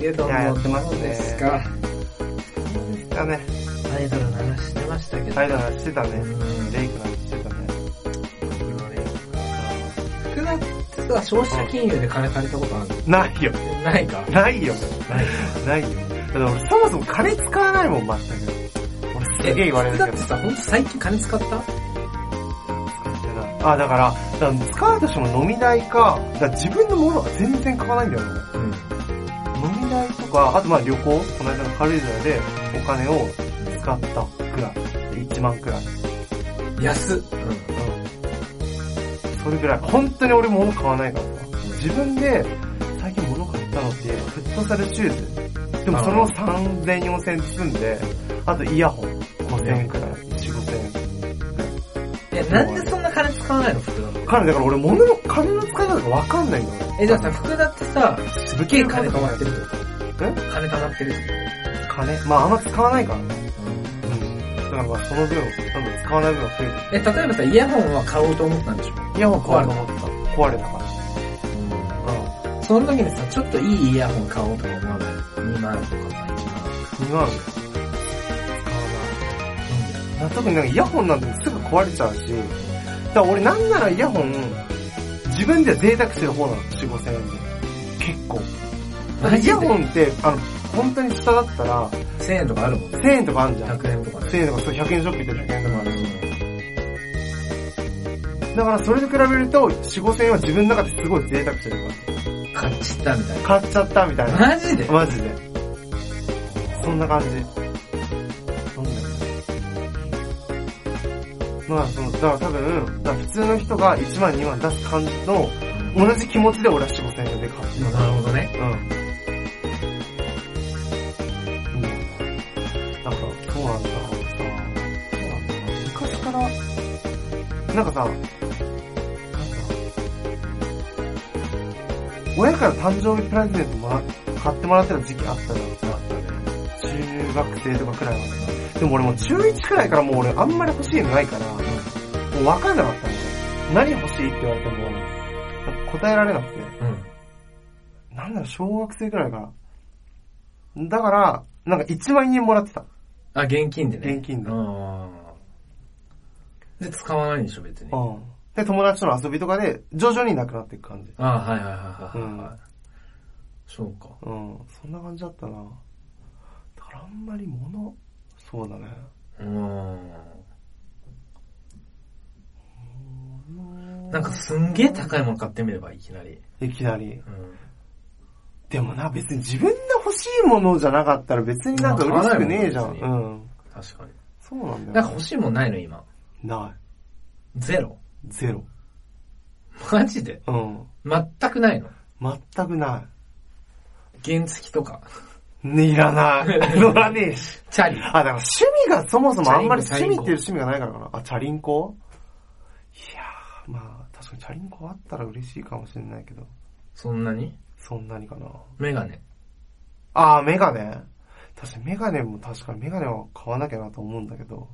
けども、 やってますね。 どうですか。 だね。 アイドルの話してましたけど。 アイドルの話してたね。レイクの話してたね。 福田ってさ、消費者金融で金借りたことあるの？ ないよ。 ないか。 ないよ。ないよ。だから俺そもそも金使わないもん、全く。俺すげえ言われるけど。 だってさ、ほんと最近金使った？ あ、だから使うとしても飲み代か、だから自分のものは全然買わないんだよね。飲み代とか、あとまあ旅行、この間の軽井沢でお金を使ったくらい。1万くらい。 安っ。 それくらい。本当に俺物買わないからさ。自分で最近物買ったのってフットサルシューズ。でもその3000、4000円積んで、あとイヤホン5000円くらい。4、5000円。 いや、なんでそんな金使わないの福田って。 彼だから俺物の金の使い方がわかんないんだよ。 じゃあさ、福田ってさ、すげえ金溜まってるってこと？金溜まってるってこと？金？まああんま使わないからね。だからまあその分、使わない分は増える。 例えばさ、イヤホンは買おうと思ったんでしょ？ イヤホン買おうと思った。壊れたから。 その時にさ、ちょっといいイヤホン買おうとか思わない？ 2 万とかさ、1万。 2万特になんかイヤホンなんてすぐ壊れちゃうし、だから俺なんならイヤホン、自分では贅沢してる方なの、4、5千円で。結構。イヤホンって、本当に下だったら、 1000円とかあるもんね。 1000円とかあるじゃん。 100円とかね。 1000円とか、そう100円ショップ行って100円とかある。だからそれと比べると、4、5千円は自分の中ですごい贅沢してるから。買っちゃったみたいな。 買っちゃったみたいな。 マジで？ マジで。そんな感じ。まあだから多分、普通の人が1万2万出す感じの、同じ気持ちで俺は4、5千円で買ってる。 なるほどね。 なんか、そうなんだろうさ、昔から、なんかさ、親から誕生日プレゼント買ってもらってた時期あったじゃん。あったね。中学生とかくらいまで。でも俺もう中1くらいからもう俺あんまり欲しいのないから、もう分かんなかったんだよ。何欲しいって言われても、答えられなくて。なんだろ、小学生くらいから。だから、なんか1万円もらってた。 あ、現金でね。 現金で。 で、使わないんでしょ、別に。 で、友達との遊びとかで、徐々になくなっていく感じ。 はい。そうか。 そんな感じだったな。だからあんまり物、そうだね。 なんかすんげえ高いもの買ってみればいきなり。 でもな、別に自分で欲しいものじゃなかったら別になんか嬉しくねえじゃん。 確かに。 そうなんだよ。 なんか欲しいもんないの今。 ない。 ゼロ。マジで？全くないの？ 全くない。 原付とか。 ね、いらない。乗らねえし。 チャリ。 だから趣味がそもそもあんまり趣味っていう趣味がないからかな。あ、チャリンコ？いやー、まあ、確かにチャリンコあったら嬉しいかもしれないけど。 そんなにかな。メガネ。 あー、メガネ？確かにメガネは買わなきゃなと思うんだけど。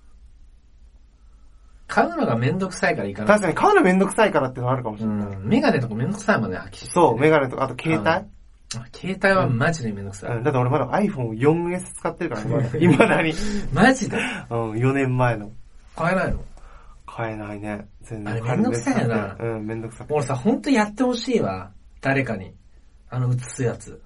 買うのがめんどくさいからいかない。 確かに買うのめんどくさいからってのあるかもしれない。 メガネとかめんどくさいもんね、はっきり。 そう、メガネとか、あと携帯？ 携帯はマジでめんどくさい。 だって俺まだ iPhone4S 使ってるからね、未だに。 マジで 4年前の。 買えないの？ 買えないね。全然。 あれめんどくさいよな。 めんどくさい。 俺さ、ほんとやってほしいわ。誰かに。映すやつ。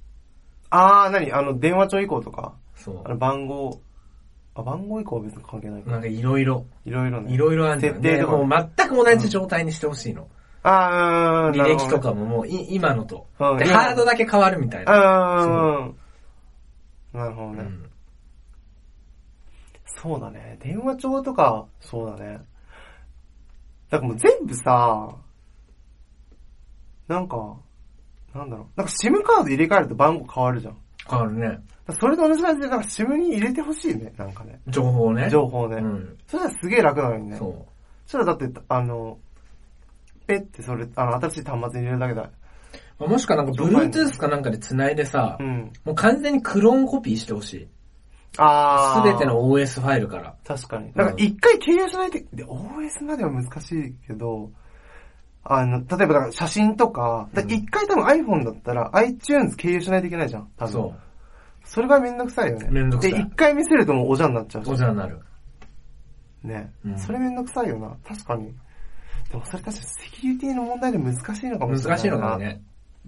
電話帳移行とか？ そう。 番号移行は別に関係ないから。 なんかいろいろ。 いろいろね。 いろいろあるんだよね。設定とか。もう全く同じ状態にしてほしいの。履歴とかももう今のと。で、ハードだけ変わるみたいな。 なるほどね。そうだね。電話帳とか、そうだね。だからもう全部さ、なんか SIM カード入れ替えると番号変わるじゃん。 変わるね。 それと同じ感じで、なんか SIM に入れてほしいね、なんかね。 情報ね。 そしたらすげえ楽なのにね。 そう。 そしたらだって、ペッて新しい端末に入れるだけだ。 もしかなんか Bluetooth かなんかで繋いでさ、もう完全にクローンコピーしてほしい。すべての OS ファイルから。 確かに。なんか一回経由しないと、で、OS までは難しいけど、 例えばだから写真とか、一回多分 iPhone だったら iTunes 経由しないといけないじゃん。多分。そう。それがめんどくさいよね。 めんどくさい。 で、一回見せるともうおじゃになっちゃうし。 おじゃになる。 ね、それめんどくさいよな。確かに。でもそれ確かにセキュリティの問題で難しいのかもしれない。 難しいのかもね。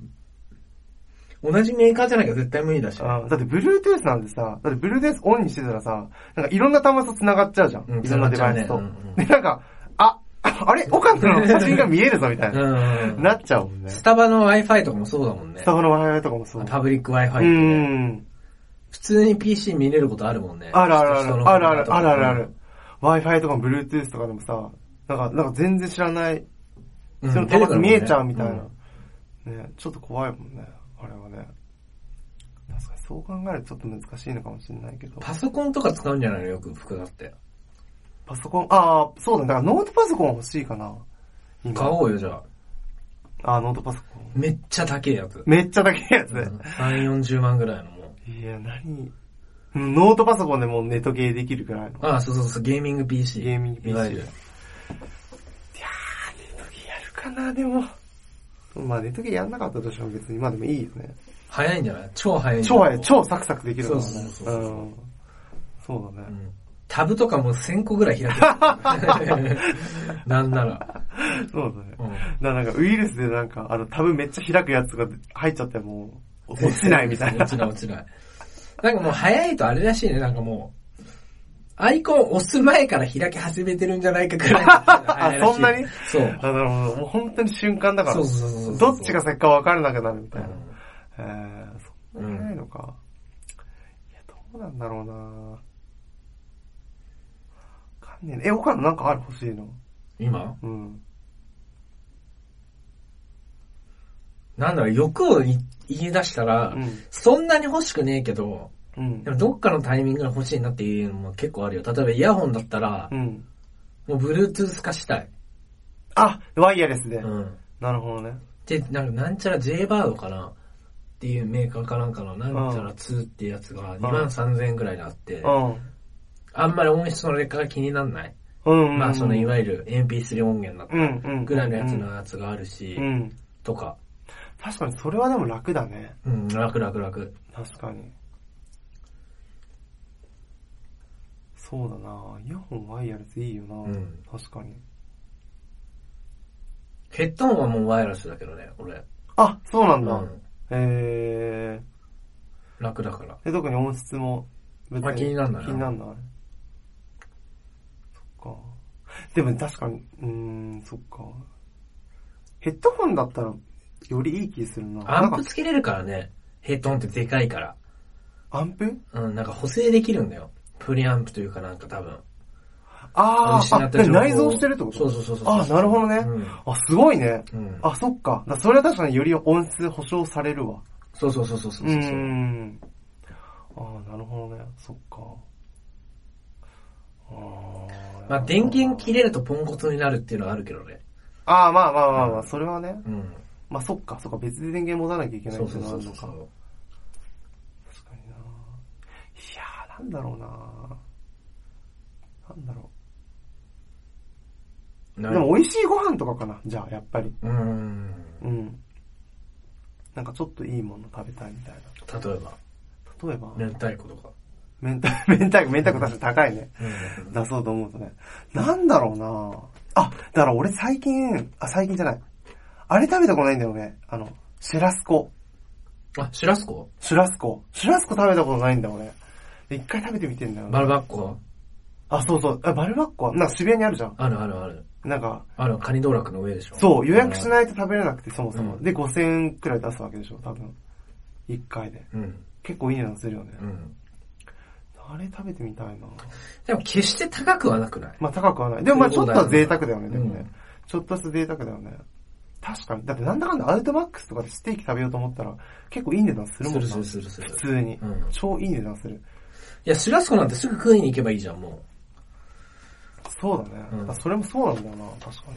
同じメーカーじゃなきゃ絶対無理だし、ね。 だって Bluetooth なんでさ、だって Bluetooth オンにしてたらさ、なんかいろんな端末と繋がっちゃうじゃん。いろんなデバイスと。で、なんか、あれ岡野の写真が見えるぞみたいな。なっちゃうもんね。 スタバの Wi-Fi とかもそうだもんね。 スタバの Wi-Fi とかもそう。 パブリック Wi-Fi ってね。普通に PC 見れることあるもんね。 ある。Wi-Fi とか Bluetooth とかでもさ、なんか全然知らない。その端末見えちゃうみたいな。ね、ちょっと怖いもんね。あれはね。確かにそう考えるとちょっと難しいのかもしれないけど。 パソコンとか使うんじゃないのよく服だって。 パソコン、そうだね。だからノートパソコン欲しいかな。 買おうよ、じゃあ。ノートパソコン。 めっちゃ高いやつ。 めっちゃ高いやつ。 3、40万ぐらいのもう。いや、ノートパソコンでもうネットゲーできるくらいの。 そう、ゲーミング PC。 ゲーミング PC。いやー、ネットゲーやるかな、でも。まあネットゲーやんなかったとしても別に、まあでもいいよね。 早いんじゃない？超早い。 超サクサクできるからね。そうだね。 タブとかも1000個ぐらい開ける。なんなら。 そうだね。なんかウイルスでなんか、タブめっちゃ開くやつが入っちゃってもう、落ちないみたいな。 落ちない。なんかもう早いとあれらしいね、なんかもう、アイコン押す前から開き始めてるんじゃないかくらい。 そんなに？ そう。 なるほど。もう本当に瞬間だから。 そう。 どっちが先か分からなくなるみたいな。そんなに早いのか。いや、どうなんだろうな。わかんねえ。岡野なんかある？欲しいの。 今？なんだろう、欲を言い出したら、そんなに欲しくねえけど、でもどっかのタイミングが欲しいなっていうのも結構あるよ。例えばイヤホンだったら、もう Bluetooth 化したい。 ワイヤレスで。なるほどね。 で、なんちゃら J バードかなっていうメーカーかなんかのなんちゃら2っていうやつが23000円くらいであって、あんまり音質の劣化が気になんない。まあそのいわゆる MP3 音源だったぐらいのやつがあるし、とか。 確かにそれはでも楽だね。 楽。確かに。そうだな。イヤホンワイヤレスいいよな。確かに。 ヘッドホンはもうワイヤレスだけどね、俺。 そうなんだ。 楽だから。 で、特に音質も別に気になんない。 そっか。でも確かに、そっか。ヘッドホンだったらよりいい気するな。 アンプつけれるからね。ヘッドホンってでかいから。 アンプ？ なんか補正できるんだよ。プリアンプというかなんか多分。 内蔵してるってこと？ そう。 なるほどね。すごいね。そっか。それは確かにより音質保証されるわ。 そう。 なるほどね。そっか。 まあ電源切れるとポンコツになるっていうのはあるけどね。 まあ、それはね。まあそっか、別で電源持たなきゃいけないっていうのがあるのか。確かにな。いやー、なんだろう。でも美味しいご飯とかかな、じゃあ、やっぱり。なんかちょっといいもの食べたいみたいな。例えば明太子とか。 明太子確かに高いね。出そうと思うとね。なんだろうな。だから俺最近じゃない。あれ食べたことないんだよね。シュラスコ。 シュラスコ食べたことないんだ俺。一回食べてみてんだよ。 バルバッコ？ そう。バルバッコはなんか渋谷にあるじゃん。 ある。 なんか。 カニ道楽の上でしょ。 そう、予約しないと食べれなくて、そもそも。で、5000円くらい出すわけでしょ、多分。一回で。結構いい値段するよね。あれ食べてみたいな。 でも決して高くはなくない？ まあ高くはない。でもまあちょっとは贅沢だよね、でもね。ちょっとした贅沢だよね。確かに。だってなんだかんだアウトマックスとかでステーキ食べようと思ったら結構いい値段するもんな。 する。 普通に。超いい値段する。 いや、シュラスコなんてすぐ食いに行けばいいじゃん、もう。 そうだね。それもそうなんだよな、確かに。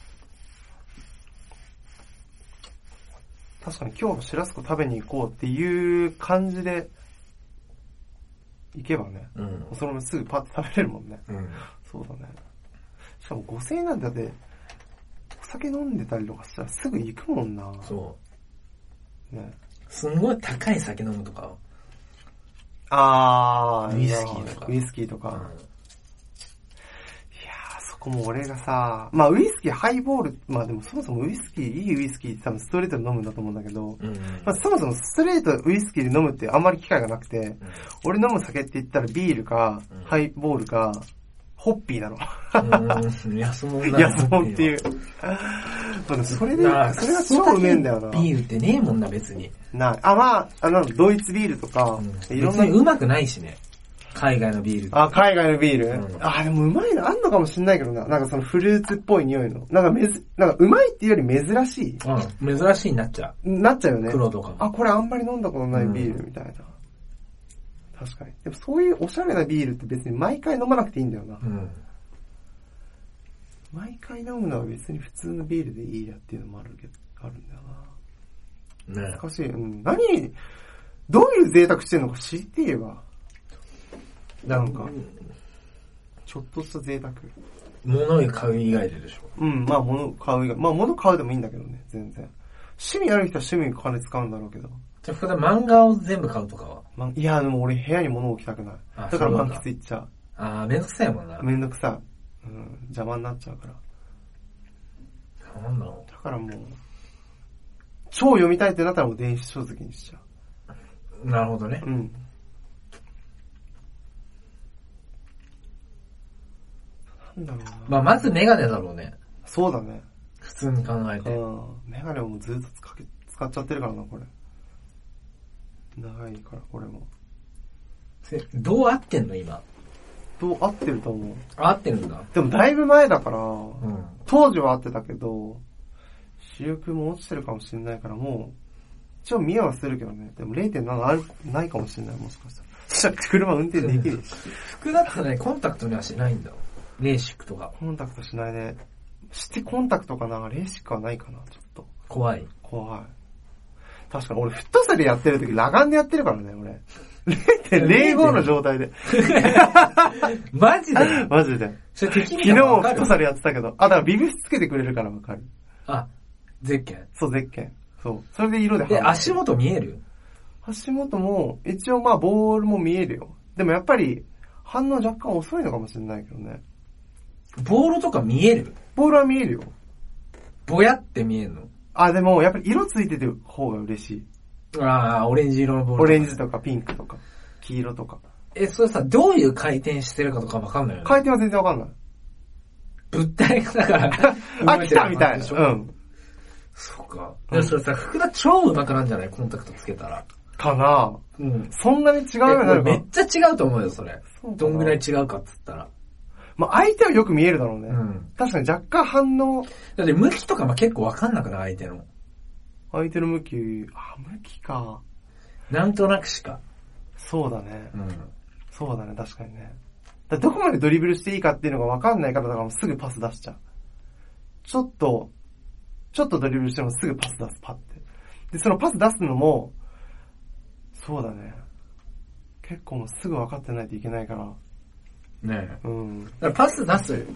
確かに今日シュラスコ食べに行こうっていう感じで行けばね。そのまますぐパッと食べれるもんね。そうだね。しかも5000円なんてだって、 酒飲んでたりとかしたらすぐ行くもんな。 そう。 ね。 すんごい高い酒飲むとか。 ウイスキーとか。ウイスキーとか。いやー、そこも俺がさ、まあウイスキー、ハイボール、まあでもそもそもウイスキー、いいウイスキーって多分ストレートで飲むんだと思うんだけど、まあそもそもストレートウイスキーで飲むってあんまり機会がなくて、俺飲む酒って言ったらビールか、ハイボールか、ホッピーなの。 安物っていう。それが超うめえんだよな。 ビールってねえもんな、別に。 まあ、ドイツビールとか、 いろんな。別にうまくないしね。海外のビール。 海外のビール、でもうまいのあんのかもしんないけどな。なんかそのフルーツっぽい匂いの。なんかうまいっていうより珍しい。 珍しいになっちゃう。 なっちゃうよね。 黒とか。 これあんまり飲んだことないビールみたいな。確かに。でもそういうおしゃれなビールって別に毎回飲まなくていいんだよな。毎回飲むのは別に普通のビールでいいやっていうのもあるんだよな。ね。難しい。どういう贅沢してんのか知りてえわ。なんか、ちょっとした贅沢。 物を買う以外ででしょ。 まあ物買う以外。まあ物買うでもいいんだけどね、全然。趣味ある人は趣味に金使うんだろうけど。 じゃあ、漫画を全部買うとかは？ いや、でも俺部屋に物置きたくない。だから満喫行っちゃう。めんどくさいもんな。 めんどくさい。邪魔になっちゃうから。 なんだろう。だからもう、超読みたいってなったらもう電子書籍にしちゃう。なるほどね。 なんだろうな。 まあ、まずメガネだろうね。 そうだね。 普通に考えて。 メガネをもうずっと使っちゃってるからな、これ。長いから、これも。 どう合ってんの今？ どう合ってると思う。 合ってるんだ。 でもだいぶ前だから、当時は合ってたけど、視力も落ちてるかもしれないから、もう、一応見えはするけどね。でも 0.7 ないかもしれない、もしかしたら。そしたら車運転できるし。 服だったらね、コンタクトにはしないんだ。レーシックとか。 コンタクトしないで。してコンタクトかな？レーシックはないかな、ちょっと。 怖い。 確かに俺フットサルやってる時裸眼でやってるからね、俺。0.05 の状態で。 マジで？ マジで。 それ敵昨日もフットサルやってたけど。だからビブスつけてくれるからわかる。 ゼッケン？ そう、ゼッケン。そう。それで色で足元見える？ 足元も、一応まあボールも見えるよ。でもやっぱり、反応若干遅いのかもしれないけどね。 ボールとか見える？ ボールは見えるよ。 ぼやって見えるの？ でもやっぱり色ついてる方が嬉しい。 オレンジ色のボール。 オレンジとかピンクとか、黄色とか。 それさ、どういう回転してるかとかわかんないよね。 回転は全然わかんない。 物体がだから。 来たみたいな。 そうか。でもそれさ、福田超上手くなんじゃない？コンタクトつけたら。 かなそんなに違うようになるか。 めっちゃ違うと思うよ、それ。どんぐらい違うかっつったら。 まあ相手はよく見えるだろうね。確かに若干反応。 だって向きとかも結構わかんなくない？相手の。 相手の向き、向きか。 なんとなくしか。 そうだね。そうだね、確かにね。どこまでドリブルしていいかっていうのがわかんない方だからすぐパス出しちゃう。ちょっとドリブルしてもすぐパス出す、パって。で、そのパス出すのも、そうだね。結構もうすぐ分かってないといけないから。 ねえ。だからパス出す。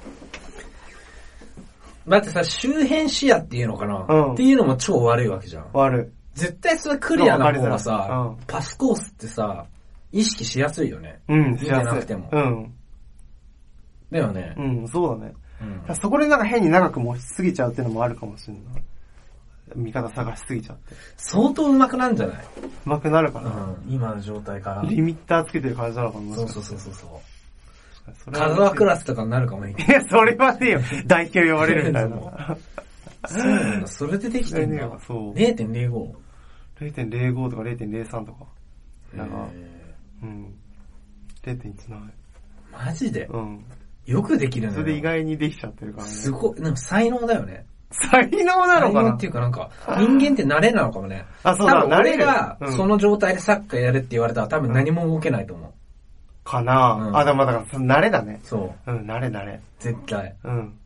だってさ、周辺視野っていうのかな、っていうのも超悪いわけじゃん。 悪い。 絶対それクリアな方がさ、パスコースってさ、意識しやすいよね。 しやすい。 見てなくても。だよね。 そうだね。そこでなんか変に長く持ちすぎちゃうっていうのもあるかもしれない。味方探しすぎちゃって。 相当上手くなんじゃない？ 上手くなるかな、 今の状態から。 リミッターつけてる感じなのかな。 そう。カズワクラスとかになるかもいい。 いや、それはねえよ。代表呼ばれるみたいな。 そうなんだ。それでできてんだ。 そう。 0.05。 0.05 とか 0.03 とか。なんか、0.1 ない。 マジで？よくできるね。 それで意外にできちゃってるからね。 すごい、なんか才能だよね。 才能なのかな？ 才能っていうかなんか、人間って慣れなのかもね。 そうだ、慣れる。 俺が、その状態でサッカーやれって言われたら多分何も動けないと思う。 かなでもだから、慣れだね。 そう。 慣れ。 絶対。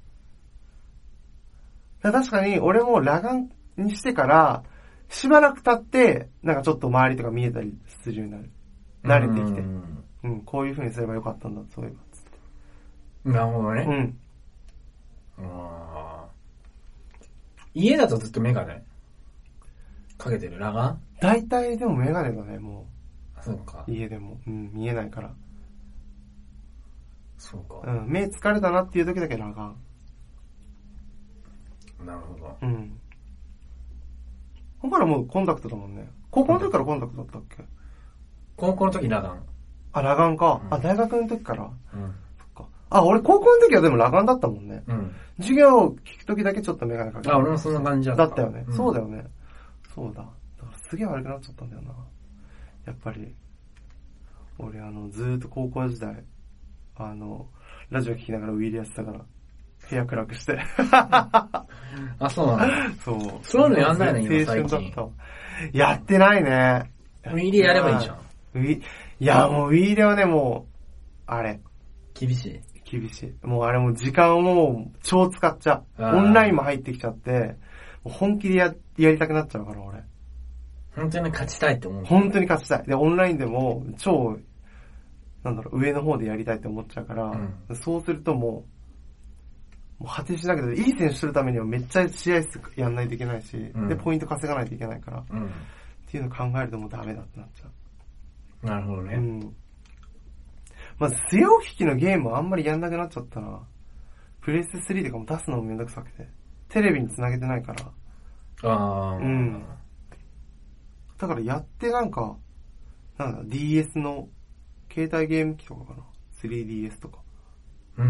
確かに、俺も裸眼にしてから、しばらく経って、なんかちょっと周りとか見えたりするようになる。慣れてきて。こういう風にすればよかったんだ、そういえば。 なるほどね。 家だとずっとメガネかけてる裸眼？ 大体でもメガネだね、もう。そうか。 家でも。うん、見えないから。 そうか。 うん、目疲れたなっていう時だけ裸眼。 なるほど。 うん。他らもうコンタクトだもんね。高校の時からコンタクトだったっけ？ 高校の時裸眼。 あ、裸眼か。 うん、 大学の時から。 うん。 そっか。あ、俺高校の時はでも裸眼だったもんね。 うん。 授業を聞く時だけちょっとメガネかけて。 あ、俺もそんな感じだった。 だったよね。そうだよね。そうだ。だからすげえ悪くなっちゃったんだよな。やっぱり、俺ずーっと高校時代、ラジオ聞きながらウィーリーやってたから、部屋暗くして。 あ、そうなの？ そう。 そういうのやんないの今最近。青春だった。やってないね。 ウィーリーやればいいじゃん。 いや、もうウィーリーはね、もう、あれ。 厳しい。 厳しい。もうあれもう時間をもう超使っちゃう。オンラインも入ってきちゃって、もう本気でやりたくなっちゃうから俺。 本当に勝ちたいって思う。 本当に勝ちたい。で、オンラインでも超、上の方でやりたいって思っちゃうから、うん、そうするともう果てしなくて、いい選手するためにはめっちゃ試合数やんないといけないし、うん、で、ポイント稼がないといけないから、うん、っていうのを考えるともうダメだってなっちゃう。なるほどね。 うん。まず、据え置き機のゲームはあんまりやんなくなっちゃったな。プレイステ3とかも出すのもめんどくさくて。テレビに繋げてないから。 ああ。 うん。だからやってDS の携帯ゲーム機とかかな。3DS とか。うん。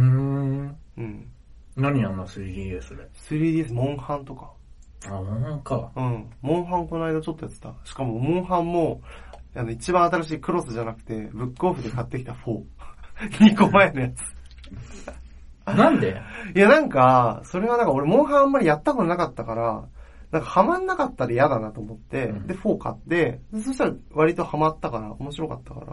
何やんの 3DS で。 3DS モンハンとか。 あ、モンハンか。 うん。モンハンこの間ちょっとやってた。しかもモンハンも、一番新しいクロスじゃなくて、ブックオフで買ってきた4。2個前のやつ。 なんで？ いやそれは俺モンハンあんまりやったことなかったから、ハマんなかったら嫌だなと思って、うん、で、4買って、そしたら割とハマったから、面白かったから、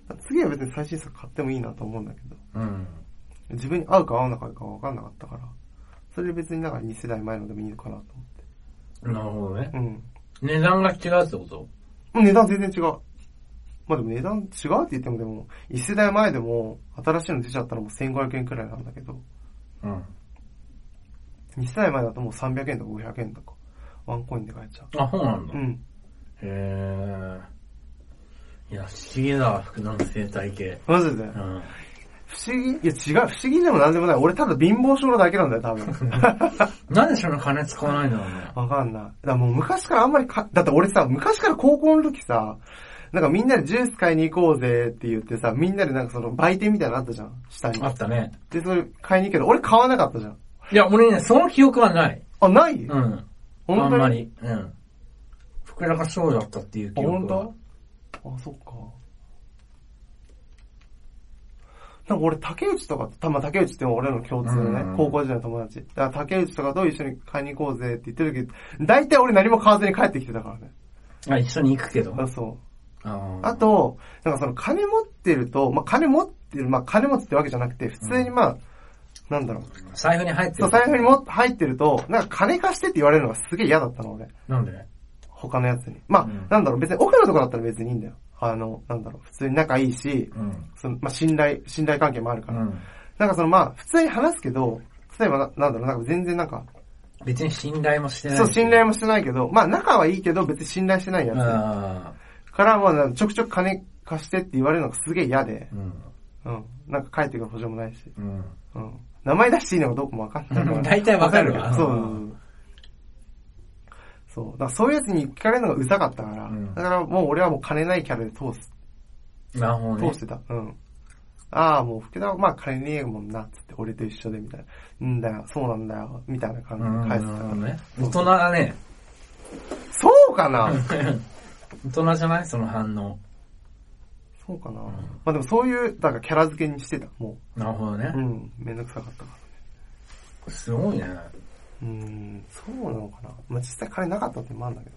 次は別に最新作買ってもいいなと思うんだけど、うん、自分に合うか合わなかったか分かんなかったから、それで別に2世代前のでもいいのかなと思って。 なるほどね。 うん。 値段が違うってこと？ 値段全然違う。まあでも値段違うって言ってもでも、1世代前でも新しいの出ちゃったらもう1500円くらいなんだけど、うん。2世代前だともう300円とか500円とか、ワンコインで買えちゃう。 あ、そうなんだ。 うん。 へー。いや、不思議だわ、福田の生態系。 マジで？うん。不思議？いや違う、不思議でもなんでもない。俺ただ貧乏症なだけなんだよ、多分。 なんでそんな金使わないんだろうね。 わかんない。だからもう昔からあんまりだって俺さ、昔から高校の時さ、みんなでジュース買いに行こうぜって言ってさ、みんなでその売店みたいなのあったじゃん、下に。 あったね。 で、それ買いに行くけど、俺買わなかったじゃん。 いや、俺ね、その記憶はない。 あ、ない？ うん。あんまり。うん。福田がそうだったっていう記憶は。 あ、本当？あ、そっか。俺、竹内とか、竹内って俺の共通のね、高校時代の友達。だから竹内とかと一緒に買いに行こうぜって言ってるけど、大体俺何も買わずに帰ってきてたからね。 あ、一緒に行くけど。 あ、そう。あと、その金持ってると、金持ちってわけじゃなくて、普通に財布に入ってる。 そう、財布に入ってると、金貸してって言われるのがすげえ嫌だったの、俺。 なんで？ 他のやつに。別に奥のとこだったら別にいいんだよ。普通に仲いいし、信頼関係もあるから。普通に話すけど、例えば全然別に信頼もしてない。 そう、信頼もしてないけど、仲はいいけど別に信頼してないやつ。からちょくちょく金貸してって言われるのがすげえ嫌で、帰ってくる補助もないし。名前出していいのかどうかもわかんないから。 大体わかるわ。 そう。そう。だからそういうやつに聞かれるのがうざかったから。だからもう俺はもう金ないキャラで通す。 なるほどね。 通してた。うん。ああ、もう福田は金ねえもんな、つって俺と一緒でみたいな。んだよ、そうなんだよ、みたいな感じで返してたからね。 大人だね。 そうかな大人じゃないその反応。 そうかな、でもそういう、キャラ付けにしてた、もう。なるほどね。 めんどくさかったからね。すごいね。 そうなのかな。実際金なかったってもあるんだけど。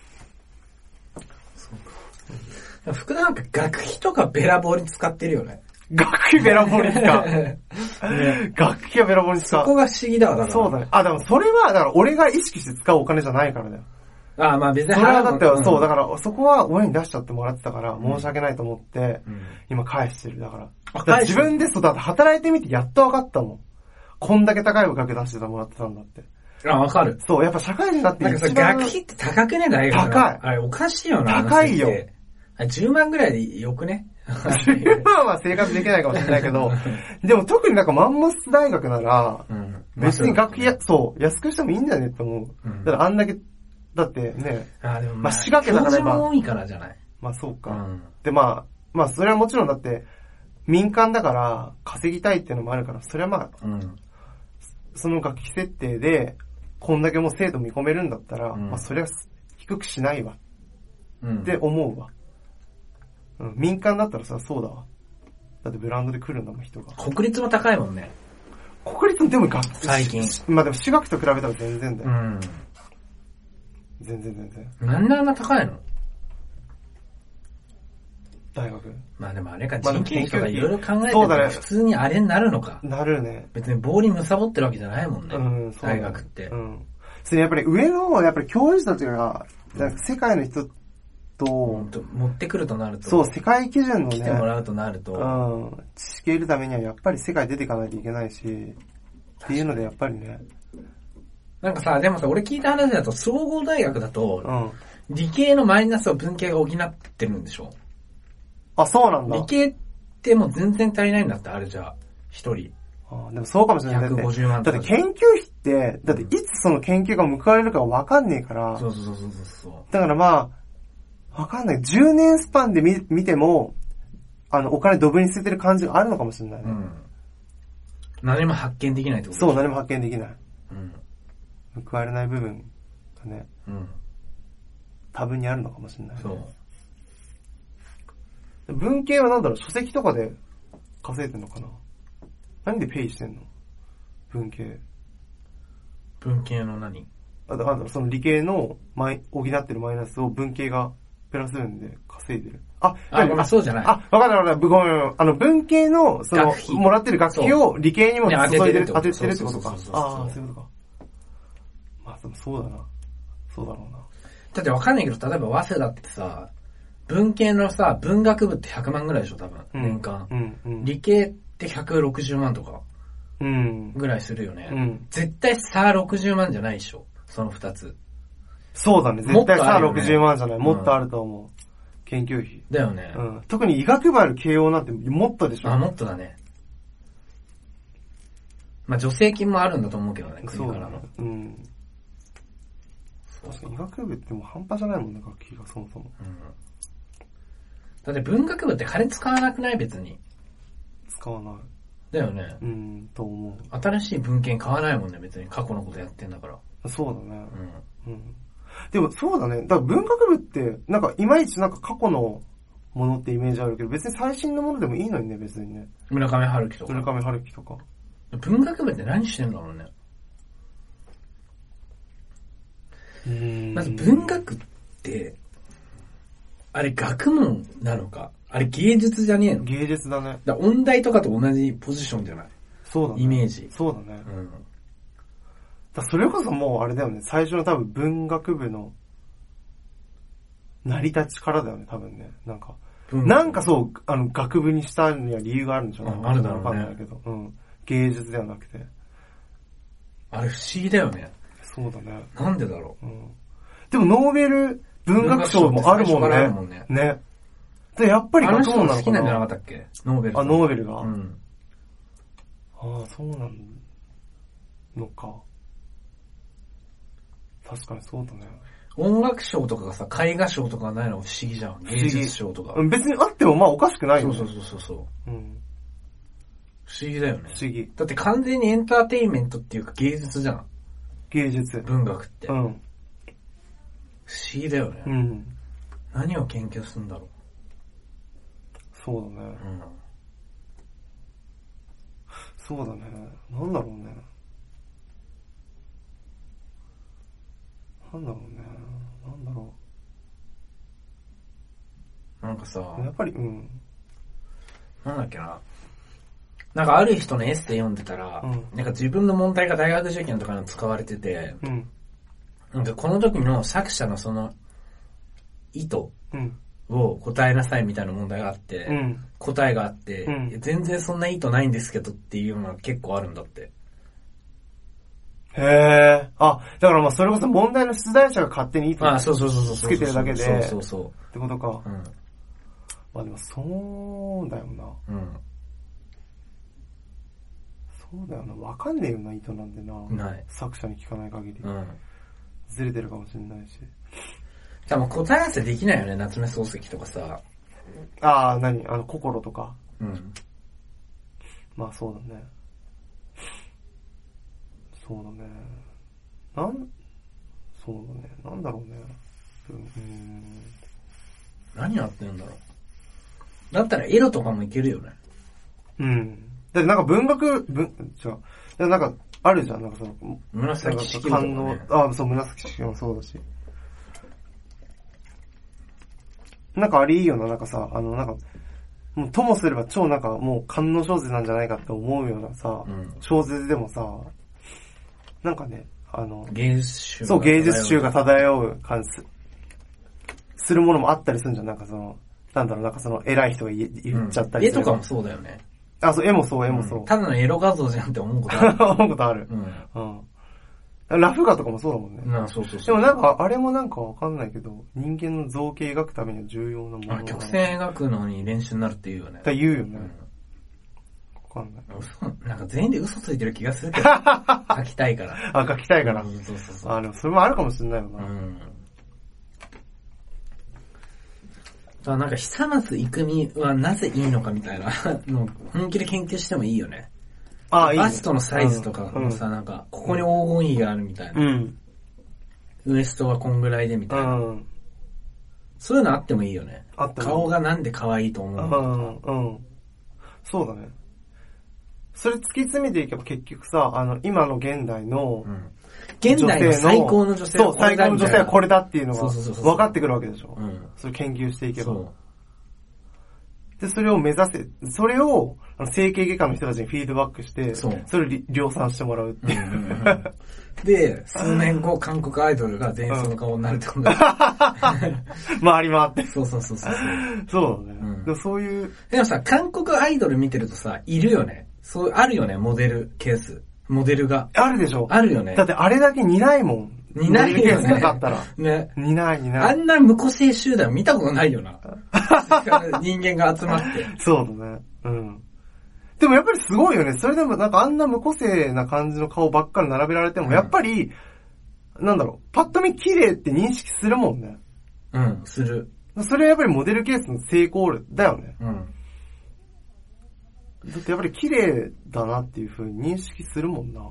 そうか。福田学費とかべらぼうに使ってるよね。 学費べらぼうに使う。ね、学費はべらぼうに使う。 そこが不思議だわ、 そうだね。でもそれは、だから俺が意識して使うお金じゃないからだよ。 別にそれはだって、そう、だからそこは親に出しちゃってもらってたから、申し訳ないと思って、今返してる。だから。自分でだって働いてみてやっと分かったもん。こんだけ高い額出してもらってたんだって。 あ、わかる。 そう、やっぱ社会人になってなんかさ、学費って高くね、大学。 高い。 あれおかしいよな。 高いよ。 10万ぐらいでよくね 10万は生活できないかもしれないけど、でも特になんかマンモス大学なら、別に学費そう、安くしてもいいんだよねって思う。だからあんだけ、だってね、まあ滋賀県だから教授も多いからじゃない。 まあそうか。でまあそれはもちろんだって、民間だから稼ぎたいっていうのもあるから、それはまあ、その学費設定で、こんだけもう精度見込めるんだったら、まあそれは低くしないわ。って思うわ。民間だったらさ、そうだわ。だってブランドで来るんだもん、人が。 国立も高いもんね。 国立もでも最近。 まあでも私学と比べたら全然だよ。全然。 なんであんな高いの？ 大学。 まあでもあれか、人件費とかいろいろ考えてたら普通にあれになるのか。 なるね。 別に棒に貪ってるわけじゃないもんね。大学って。 それやっぱり上の、やっぱり教授たちが、世界の人持ってくるとなると。 そう、世界基準のね。 来てもらうとなると。 知識得るためにはやっぱり世界出ていかないといけないし、っていうのでやっぱりね。 なんかさ、でもさ、俺聞いた話だと、総合大学だと、理系のマイナスを文系が補ってるんでしょ？ あ、そうなんだ。 理系ってもう全然足りないんだって、あれじゃあ、一人。 でもそうかもしれない。 150万とか。 だって研究費って、だっていつその研究が報われるかわかんねえから。 そう。 だからまあ、わかんない。10年スパンで見ても、お金ドブに捨ててる感じがあるのかもしれないね。 何も発見できないってこと？ そう、何も発見できない。報われない部分がね、多分にあるのかもしれない、ね。 そう。 文系はなんだろう、書籍とかで稼いでんのかな？何でペイしてんの？文系。 文系の何？ その理系の補ってるマイナスを文系がプラス分で稼いでる。 そうじゃない。 わかった。ごめん。文系の、もらってる学費を理系にも当ててるってことか。そういうことか。まあ、でもそうだな。そうだろうな。 だってわかんないけど、例えば早稲田ってさ、文系のさ、文学部って100万ぐらいでしょ、多分。年間。理系って160万とか。ぐらいするよね。絶対差60万じゃないでしょ。その2つ。 そうだね。絶対差60万じゃない。もっとあると思う。研究費。 だよね。 特に医学部ある慶応なんてもっとでしょ。 もっとだね。まあ助成金もあるんだと思うけどね、国からの。 確かに医学部ってもう半端じゃないもんね、学費がそもそも。 だって文学部って金使わなくない？別に。 使わない。 だよね。 と思う。 新しい文献買わないもんね、別に。過去のことやってんだから。 そうだね。でもそうだね。だから文学部って、なんかいまいちなんか過去のものってイメージあるけど、別に最新のものでもいいのにね、別にね。 村上春樹とか。文学部って何してんだろうね。まず文学って、あれ学問なのか？あれ芸術じゃねえの？ 芸術だね。 音大とかと同じポジションじゃない？ そうだね。 イメージ。 そうだね。それこそもうあれだよね。最初の多分文学部の成り立ちからだよね、多分ね。なんかそう、学部にしたには理由があるんじゃないかな。 あるだろうね。 わかんないけど。芸術ではなくて。 あれ不思議だよね。 そうだね。 なんでだろう。 でもノーベル文学賞もあるもんね。ね。で、やっぱり学問なのかな。 好きなんじゃなかったっけ？ノーベル。 ノーベルが。そうなんのか。確かにそうだね。 音楽賞とかがさ、絵画賞とかないの不思議じゃん。芸術賞とか。 別にあってもまあおかしくないよね。 そう。不思議だよね。 不思議。 だって完全にエンターテインメントっていうか芸術じゃん。 芸術。 文学って。不思議だよね。何を研究するんだろう。 そうだね。そうだね。なんだろうね。 なんかさ、 やっぱり、 なんだっけな。なんかある人のエッセイ読んでたら、なんか自分の問題が大学受験とかに使われてて、なんかこの時の作者のその意図を答えなさいみたいな問題があって、答えがあって、全然そんな意図ないんですけどっていうのが結構あるんだって。 へー。あ、だからまあそれこそ問題の出題者が勝手に糸そうそうそうそう。 つけてるだけで。 そうそうそう。 ってことか。うん。まあでもそうだよな。 うん。 そうだよな。わかんねえよな、糸なんでな。 ない。 作者に聞かない限り。 うん。 ずれてるかもしれないし。 多分答え合わせできないよね、夏目漱石とかさ。 心とか。 うん。 まあそうだね。そうだね。そうだね。なんだろうね。 何やってんだろう。だったらエロとかもいけるよね。 うん。だってなんか違う。なんか、あるじゃん、なんかその、 紫式部とか、ね。 そう、紫式部もそうだし。なんかあれいいよな、なんかさ、なんか、もうともすれば超なんかもう観音小説なんじゃないかって思うようなさ、小説でもさ、なんかね、 芸術集そう、芸術集が漂う感じするものもあったりするんじゃん、なんかその、なんだろう、なんかその偉い人が言っちゃったりする。 絵とかもそうだよね。 そう、絵もそう。 ただのエロ画像じゃんって思うことある。 思うことある。ラフ画とかもそうだもんね。 そう。 でもなんか、あれもなんかわかんないけど、人間の造形描くためには重要なもの。 曲線描くのに練習になるって言うよね。 言うよね。わかんない。 なんか全員で嘘ついてる気がするけど。描きたいから。 描きたいから。 そう。 でもそれもあるかもしれないよな。 なんか久松郁美はなぜいいのかみたいなの本気で研究してもいいよね。バストのサイズとかもさ、なんか、ここに黄金比があるみたいな。ウエストはこんぐらいでみたいな。そういうのあってもいいよね。顔がなんで可愛いと思うのか。 そうだね。それ突き詰めていけば結局さ、今の現代の、 現代の最高の女性はこれだ。そう、最高の女性はこれだっていうのが分かってくるわけでしょ。それ研究していけば。で、それを目指せ、それを、整形外科の人たちにフィードバックして、それを量産してもらうっていう。 で、数年後、韓国アイドルが全員その顔になるってことだ。 回り回って。 そう。そうだね。でもそういう。 でもさ、韓国アイドル見てるとさ、いるよね。そう、あるよね、モデルケース。モデルが。 あるでしょ。 あるよね。 だってあれだけ似ないもん。 似ないよね。 なかったら。 ね。 似ない。 あんな無個性集団見たことないよな。人間が集まって。 そうだね。でもやっぱりすごいよね。それでもなんかあんな無個性な感じの顔ばっかり並べられても、やっぱり、なんだろう、パッと見綺麗って認識するもんね。 する。 それはやっぱりモデルケースの成功だよね。だってやっぱり綺麗だなっていう風に認識するもんな。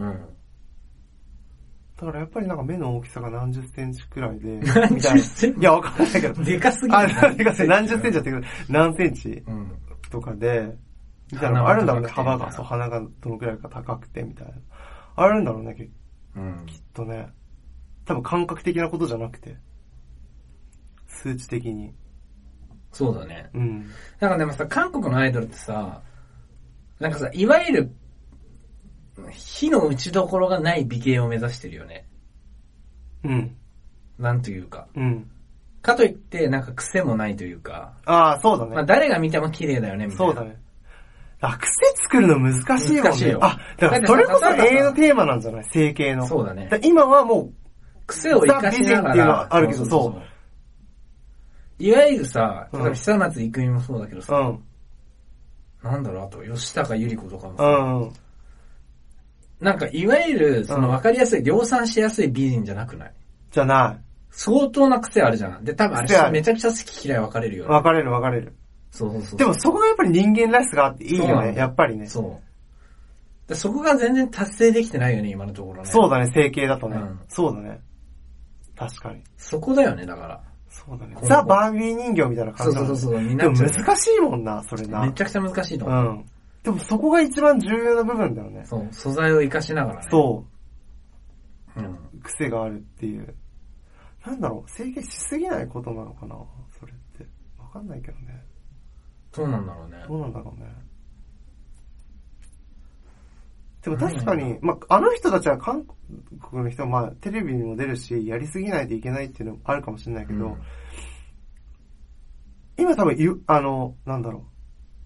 だからやっぱりなんか目の大きさが何十センチくらいで、 何十センチいや、わかんないけど。 でかすぎる。 でかすぎる。何十センチだってくる。何センチとかで、みたいなのあるんだろうね。幅が、そう、鼻がどのくらいか高くて、みたいな。あるんだろうね、きっとね。多分感覚的なことじゃなくて。数値的に。 そうだね。なんかでもさ、韓国のアイドルってさ、なんかさ、いわゆる、火の打ちどころがない美形を目指してるよね。なんというか。かといって、なんか癖もないというか。 そうだね。 まあ誰が見ても綺麗だよね、みたいな。 そうだね。癖作るの難しいもんね。難しいよ。だからそれこそ永遠のテーマなんじゃない？整形の。 そうだね。 今はもう、 癖を生かしながら。 っていうのはあるけど、そう。 いわゆるさ、例えば久松郁美もそうだけどさ、なんだろう、あと、吉高由里子とかもさ、なんか、いわゆる、その分かりやすい、量産しやすい美人じゃなくない？ じゃない。 相当な癖あるじゃん。で、多分あれめちゃくちゃ好き嫌い分かれるよね。 分かれる。 そう。 でもそこがやっぱり人間らしさがあっていいよね、やっぱりね。 そう。でそこが全然達成できてないよね、今のところね。 そうだね、整形だとね。そうだね。確かに。 そこだよね、だから。 そうだね。ザ・バービー人形みたいな感じだもん。そう。 でも難しいもんな、それな。 めちゃくちゃ難しいと思う。 でもそこが一番重要な部分だよね。 そう。素材を活かしながらね。 そう。癖があるっていう。なんだろう、整形しすぎないことなのかな、それって。わかんないけどね。 どうなんだろうね。 どうなんだろうね。でも確かに、あの人たちは韓国の人はテレビにも出るし、やりすぎないといけないっていうのもあるかもしれないけど、今多分なんだろ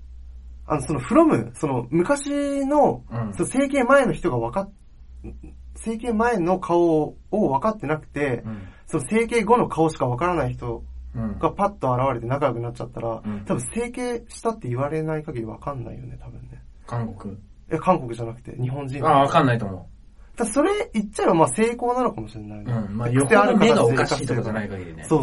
う。その昔の、その整形前の人が整形前の顔を分かってなくて、その整形後の顔しか分からない人がパッと現れて仲良くなっちゃったら、多分整形したって言われない限り分かんないよね、多分ね。 韓国韓国じゃなくて、日本人。 分かんないと思う。それ言っちゃえばまあ成功なのかもしれないね。 まあよほど目がおかしいとかじゃない限りね。 そう。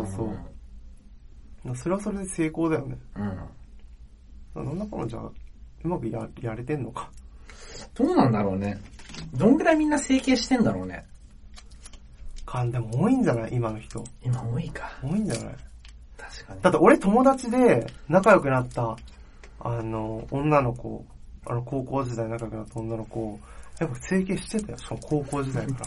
それはそれで成功だよね。なんだかのじゃあ、うまくやれてんのか。 どうなんだろうね。どんぐらいみんな整形してんだろうね。 でも多いんじゃない今の人。 今多いか。 多いんじゃない確かに。 だって俺友達で仲良くなった、女の子、高校時代仲良くなった女の子、やっぱ整形してたよ。しかも高校時代から。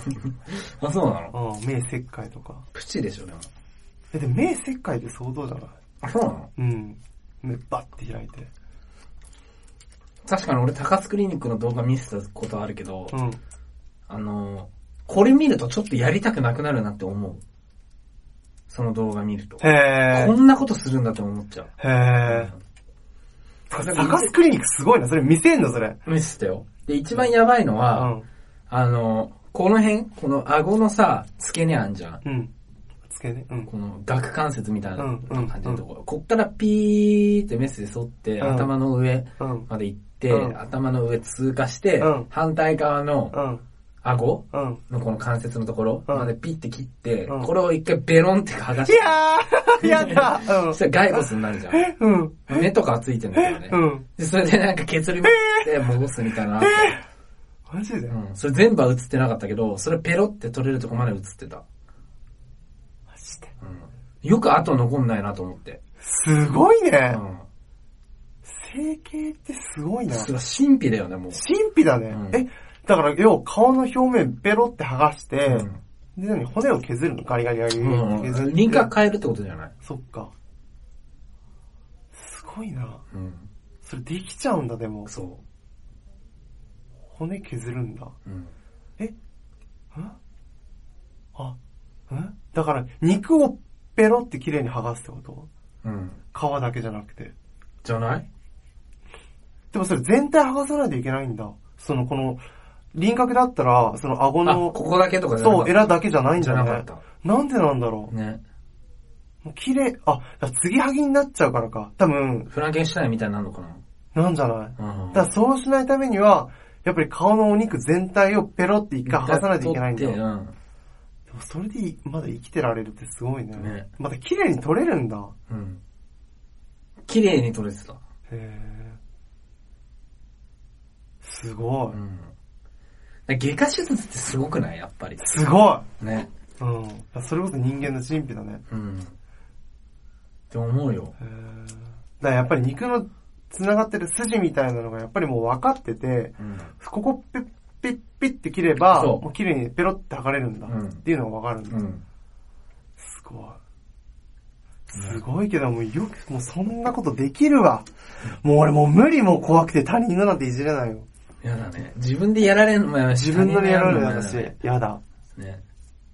あ、そうなの？ 目切開とか。 プチでしょ、でも。 でも目切開って相当じゃない？ あ、そうなの？ 目バッて開いて。 確かに俺高津クリニックの動画見せたことあるけど、これ見るとちょっとやりたくなくなるなって思う。その動画見ると。こんなことするんだって思っちゃう。 高津クリニックすごいな。それ見せんのそれ。 見せたよ。で、一番やばいのは、この辺、この顎のさ、付け根あんじゃん。 付け根この顎関節みたいな感じのところ。こっからピーってメスで沿って、頭の上まで行って、頭の上通過して、反対側の顎のこの関節のところまでピッて切って、これを一回ベロンって剥がして。 やだそしたら骸骨になるじゃん。目とかはついてるんだけどね。で、それでなんか削り持って戻すみたいな。 マジで？ それ全部は映ってなかったけど、それペロって取れるとこまで映ってた。 マジで？ よく後残んないなと思って。 すごいね。整形ってすごいな。 神秘だよね、もう。 神秘だね。だから、要は顔の表面ペロって剥がして、で、骨を削るの？ガリガリガリ削る。 輪郭変えるってことじゃない？ そっか。すごいな。それできちゃうんだ、でも。 そう。 骨削るんだ。だから、肉をペロって綺麗に剥がすってこと？皮だけじゃなくて。 じゃない？ でもそれ全体剥がさないといけないんだ。この、輪郭だったら、その顎の、 ここだけとかじゃなかった。 そう、エラだけじゃないんじゃない？ じゃなかった。 なんでなんだろう。 ね。 綺麗、継ぎはぎになっちゃうからか。多分。 フランケンシュタインみたいになるのかな？なんじゃない？だからそうしないためには、やっぱり顔のお肉全体をペロって一回剥がさないといけないんだ。でもそれでまだ生きてられるってすごいね。まだ綺麗に撮れるんだ。 綺麗に撮れてた。 すごい。外科手術ってすごくない？やっぱり。 すごい。ね。 それこそ人間の神秘だね。 って思うよ。 だからやっぱり肉の繋がってる筋みたいなのがやっぱりもう分かってて、ここピッピッピッって切れば、もう綺麗にペロって剥がれるんだっていうのが分かるんだ。すごい。すごいけどもうよく、もうそんなことできるわ。もう俺もう無理も怖くて他人のなんていじれないよ。 やだね。自分でやられるのもやだし。 自分のでやられるのもやだし。やだ。 ね。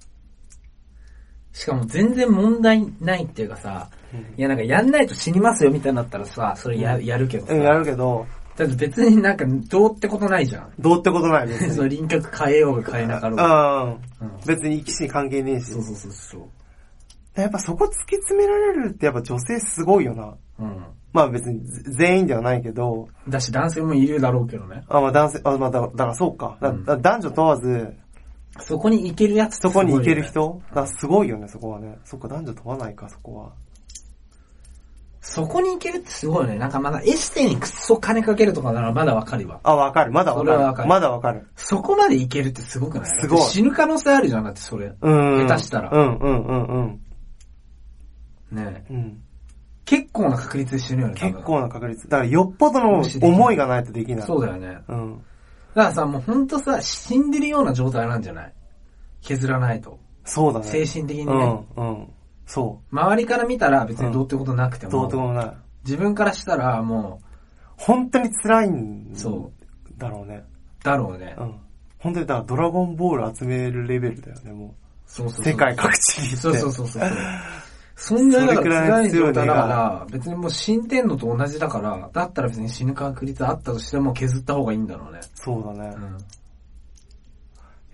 しかも全然問題ないっていうかさ、いやなんかやんないと死にますよみたいになったらさ、それやるけどさ。 やるけど。 だって別になんかどうってことないじゃん。 どうってことない別に。 その輪郭変えようが変えなかろうが。 別に生き死に関係ねえし。 そう。 やっぱそこ突き詰められるってやっぱ女性すごいよな。まあ別に全員ではないけど。 だし男性もいるだろうけどね。 まあ男性、だからそうか。男女問わず。 そこに行けるやつ、 そこに行ける人すごいよね、そこはね。そっか、男女問わないか、そこは。 そこに行けるってすごいよね。なんかまだエステにくっそ金かけるとかならまだわかるわ。 わかる。まだわかる。まだわかる。 そこまで行けるってすごくない？ すごい。 死ぬ可能性あるじゃん、だってそれ。下手したら。ねえ。結構な確率で死ぬよね。 結構な確率。だからよっぽどの思いがないとできない。 そうだよね。だからさ、もうほんとさ、死んでるような状態なんじゃない？削らないと。 そうだね。 精神的にね。 そう。 周りから見たら別にどうってことなくても。 どうってことない。 自分からしたらもう。 本当に辛いんだろうね。 だろうね。 本当にだからドラゴンボール集めるレベルだよね、もう。そう。世界各地に行って。 そう。そんなだから辛い状態だから、別にもう死んでんのと同じだから、だったら別に死ぬ確率あったとしても削った方がいいんだろうね。 そうだね。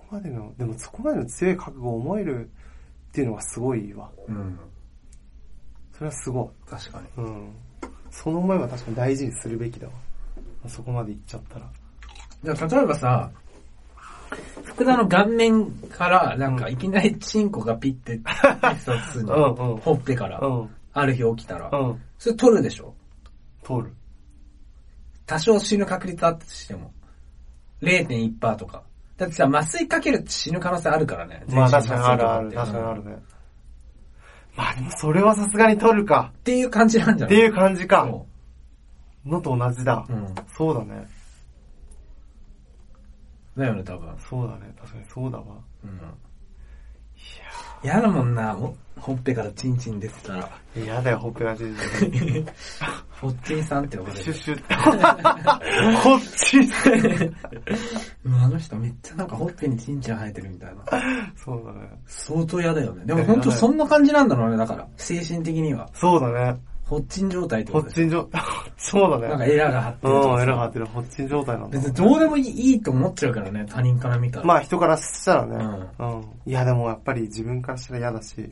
までの、でもそこまでの強い覚悟を思えるっていうのがすごいわ。 うん。 それはすごい。 確かに。 うん。その思いは確かに大事にするべきだわ。そこまで行っちゃったら。 じゃあ例えばさ、福田の顔面からなんかいきなりチンコがピッて発するの、 うんうん、 ほっぺから、うん、ある日起きたら、 うん、 それ取るでしょ？ 取る。 多少死ぬ確率あったとしても 0.1% とか。だってさ、麻酔かけるって死ぬ可能性あるからね。 まあ確かにあるある、確かにあるね。まあでもそれはさすがに取るか。 っていう感じなんじゃない？ っていう感じか。のと同じだ。 うん。そうだね。だよね、多分。 そうだね、確かにそうだわ。うん。いや。やだもんな、ほっぺからチンチン出てたら。 やだよ、ほっぺからチンチン出てたら。 ほっちんさんって呼ばれる。 シュッシュッ。ほっちんさん。 あの人めっちゃなんかほっぺにチンチン生えてるみたいな。 そうだね。 相当嫌だよね。でも本当そんな感じなんだろうね、だから。精神的には。 そうだね。 ホッチン状態ってことホッチン状態。そうだね。 なんかエラが張ってる。 うん、エラが張ってる。ホッチン状態なんだ。 別にどうでもいいと思っちゃうからね、他人から見たら。 まあ人からしたらね。うん。いやでもやっぱり自分からしたら嫌だし。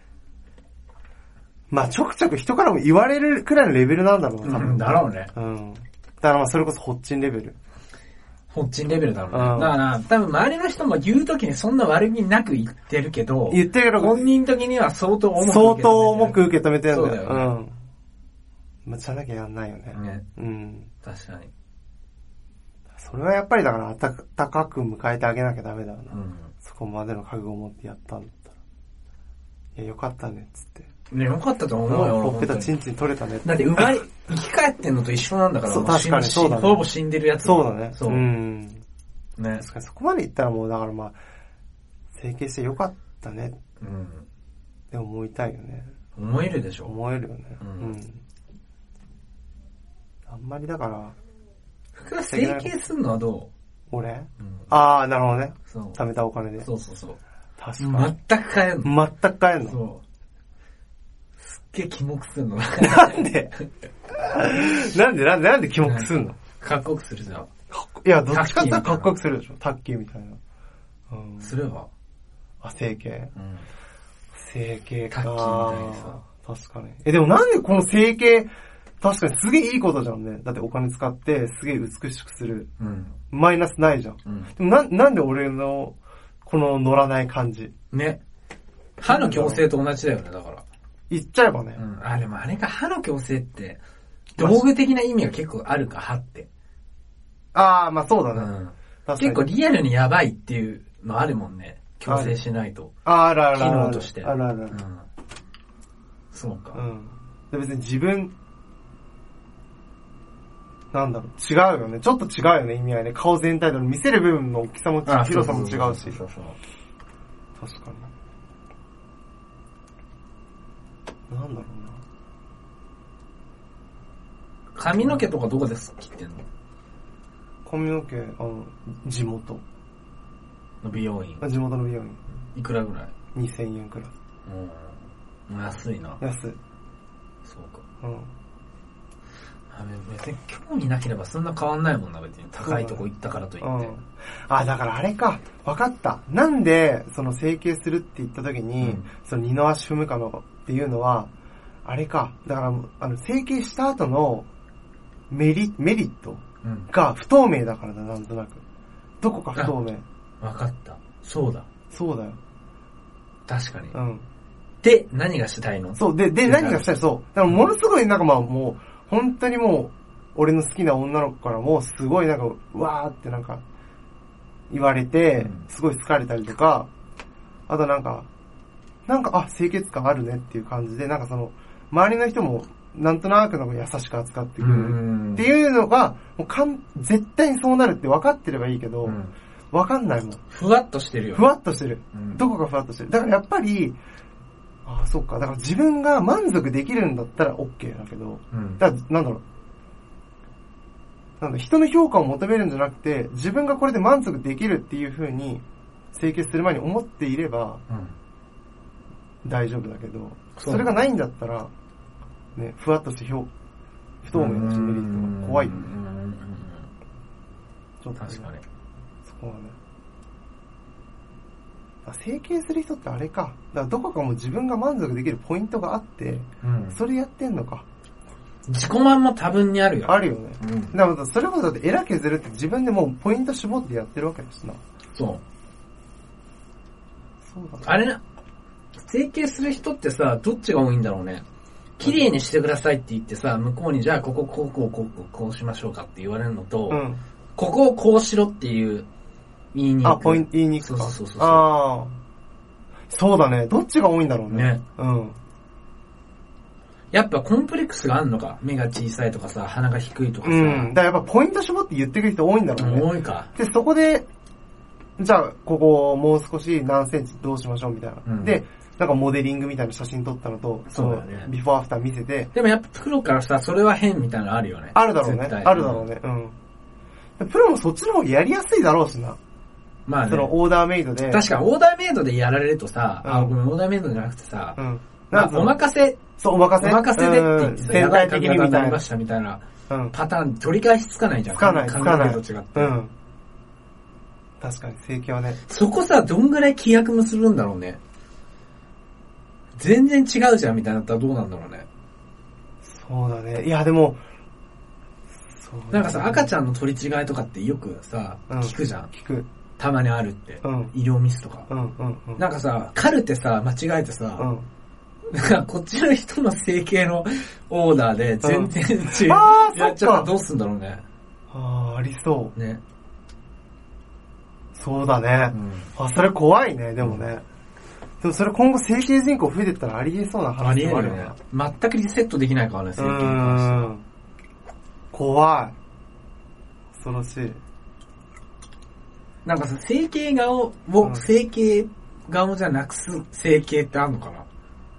まあちょくちょく人からも言われるくらいのレベルなんだろうな、多分。 だろうね。 うん。だからまあそれこそホッチンレベル。 ホッチンレベルだろうね。だから多分周りの人も言うときにそんな悪気なく言ってるけど、本人的には相当重く受け止めてるんだよ。 そうだよね。 まあ、じゃなきゃやんないよね。 ね。うん。確かに。 それはやっぱりだから温かく迎えてあげなきゃダメだよな。 うん。 そこまでの覚悟を持ってやったんだったら。いや、よかったね、つって。 ね、よかったと思うよ。 ほっぺたチンチン取れたねって。 だって生き返ってんのと一緒なんだから。 そう、確かにそうだね。 ほぼ死んでるやつ。 そうだね。 そう。うん。ね。 確かにそこまでいったらもうだからまあ、整形してよかったね。うん。って思いたいよね。 思えるでしょ。 思えるよね。うん。あんまりだから。 福田整形すんのはどう？俺？うん。ああ、なるほどね。 そう。 貯めたお金で。 そうそうそう。 確かに。 全く買えんの。 全く買えんの。 そう。すっげえキモくすんの。 なんでなんでキモくすんの？ かっこよくするじゃん。 いや、どっちかってかっこよくするでしょ。タッキーみたいな。 うん。すれば？ あ、整形？うん。整形か。 タッキーみたいにさ。 確かに。でもなんでこの整形、確かにすげえいいことじゃんね。だってお金使ってすげえ美しくする。うん。マイナスないじゃん。うん。でもなんで俺の、この乗らない感じ。 ね。歯の矯正と同じだよね、だから。 言っちゃえばね。 うん。あ、でもあれか、歯の矯正って、道具的な意味が結構あるか、歯って。 ああ、まあそうだね。うん。 結構リアルにやばいっていうのあるもんね。矯正しないと。 あるある。 機能として。 あるある。うん。 そうか。 うん。で別に自分、なんだろう、違うよね。ちょっと違うよね、意味合いね。顔全体で見せる部分の大きさも広さも違うし。そうそう。確かに。なんだろうな。 髪の毛とかどこで切ってんの？ 髪の毛、地元。 の美容院。 地元の美容院。 いくらぐらい？ 2000 円くらい。 うん。安いな。 安い。 そうか。うん。別に興味なければそんな変わんないもんな、別に。高いとこ行ったからといって。うん、 あ、だからあれか。わかった。なんで、その整形するって言った時に、うん、その二の足踏むかのっていうのは、あれか。だから、整形した後のメリットが不透明だからだ、なんとなく。どこか不透明。 わかった。そうだ。 そうだよ。 確かに。 うん。で、 何がしたいの？ そう、で、何がしたい？そう。だからものすごいなんかまあもう、本当にもう、俺の好きな女の子からもすごいなんか、わーってなんか、言われて、すごい好かれたりとか、あとなんか、あ、清潔感あるねっていう感じで、なんかその、周りの人も、なんとなくなんか優しく扱ってくれるっていうのが、もう絶対にそうなるって分かってればいいけど、分かんないもん。 ふわっとしてるよ。 ふわっとしてる。どこかふわっとしてる。だからやっぱり、ああ、そっか。だから自分が満足できるんだったら OK だけど、だからなんだろう。人の評価を求めるんじゃなくて、自分がこれで満足できるっていう風に、整形する前に思っていれば、大丈夫だけど、それがないんだったら、ね、ふわっとして不透明なしメリットが怖いよね。ちょっと確かに。 そこはね。 整形する人ってあれか。だからどこかも自分が満足できるポイントがあって、それやってんのか。 自己満も多分にあるよ。 あるよね。だからそれこそだってエラ削るって自分でもうポイント絞ってやってるわけだしな。 そう。 そうだね。 あれな、整形する人ってさ、どっちが多いんだろうね。綺麗にしてくださいって言ってさ、向こうにじゃあここうしましょうかって言われるのと、ここをこうしろっていう言いにくい。 言いにくい。 そう。 そうだね。どっちが多いんだろうね。 やっぱコンプレックスがあるのか。目が小さいとかさ、鼻が低いとかさ。 だからやっぱポイント絞って言ってくる人多いんだろうね。 多いか。 で、そこで、じゃあここもう少し何センチどうしましょうみたいな。で、なんかモデリングみたいな写真撮ったのと、 そうだね。 ビフォーアフター見せて。 でもやっぱプロからさ、それは変みたいなのあるよね。 あるだろうね。あるだろうね。プロもそっちの方がやりやすいだろうしな。 まあね。 そのオーダーメイドで。 確かオーダーメイドでやられるとさ、ごめん、オーダーメイドじゃなくてさ、お任せ。 そう、お任せでって言ってさ、 全体的にみたいな。 りましたみたいなパターン、取り返しつかないじゃん。 つかない。 考えと違って。 確かに、整形はね。 そこさ、どんぐらい規約結るんだろうね。全然違うじゃんみたいになったらどうなんだろうね。 そうだね。いや、でも、 なんかさ、赤ちゃんの取り違いとかってよくさ、聞くじゃん。 聞く。 たまにあるって。医療ミスとか。なんかさ、カルテさ、間違えてさ、なんかこっちの人の整形のオーダーで全然違う。やっちゃったらどうすんだろうね。 ありそう。 ね。 そうだね。それ怖いね、でもね。でもそれ今後整形人口増えてったらありえそうな話もあるよね。 全くリセットできないからね、整形に関しては。 怖い。恐ろしい。 なんかさ、整形顔を、整形顔じゃなくす整形ってあんのかな？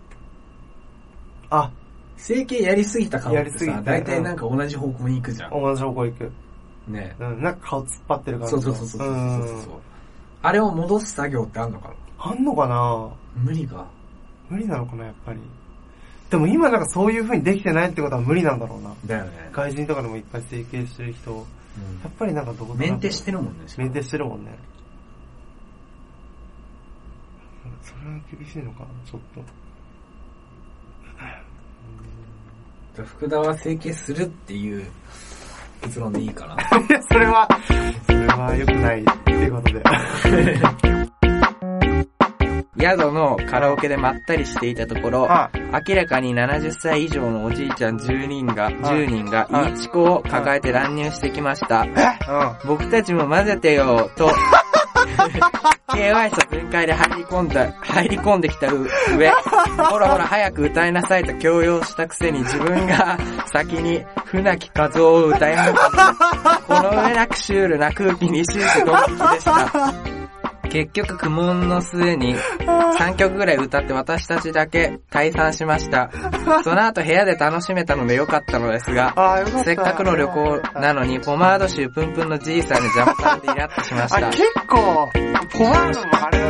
整形やりすぎた顔ってさ、大体なんか同じ方向に行くじゃん。 同じ方向行く。 ね。 なんか顔突っ張ってる感じ。 そう。あれを戻す作業ってあんのかな？ あんのかな？ 無理か。 無理なのかな、やっぱり。でも今なんかそういう風にできてないってことは無理なんだろうな。 だよね。 外人とかでもいっぱい整形してる人、やっぱりなんかどこメンテしてるもんね。 メンテしてるもんね。それは厳しいのかな、ちょっと。福田は整形するっていう結論でいいかな。 いや、それは良くないっていうことで。 宿のカラオケでまったりしていたところ、明らかに70歳以上のおじいちゃん10人がイーチコを抱えて乱入してきました。僕たちも混ぜてよと、KY さ全開で入り込んできた上、ほら早く歌いなさいと強要したくせに自分が先に船木和夫を歌い始めた。この上なくシュールな空気に終始ドン引きでした。結局苦悶の末に3曲ぐらい歌って私たちだけ解散しました。その後部屋で楽しめたので良かったのですが、せっかくの旅行なのにポマード臭プンプンのじいさんに邪魔されてイラッとしました。 結構、ポマードもあれ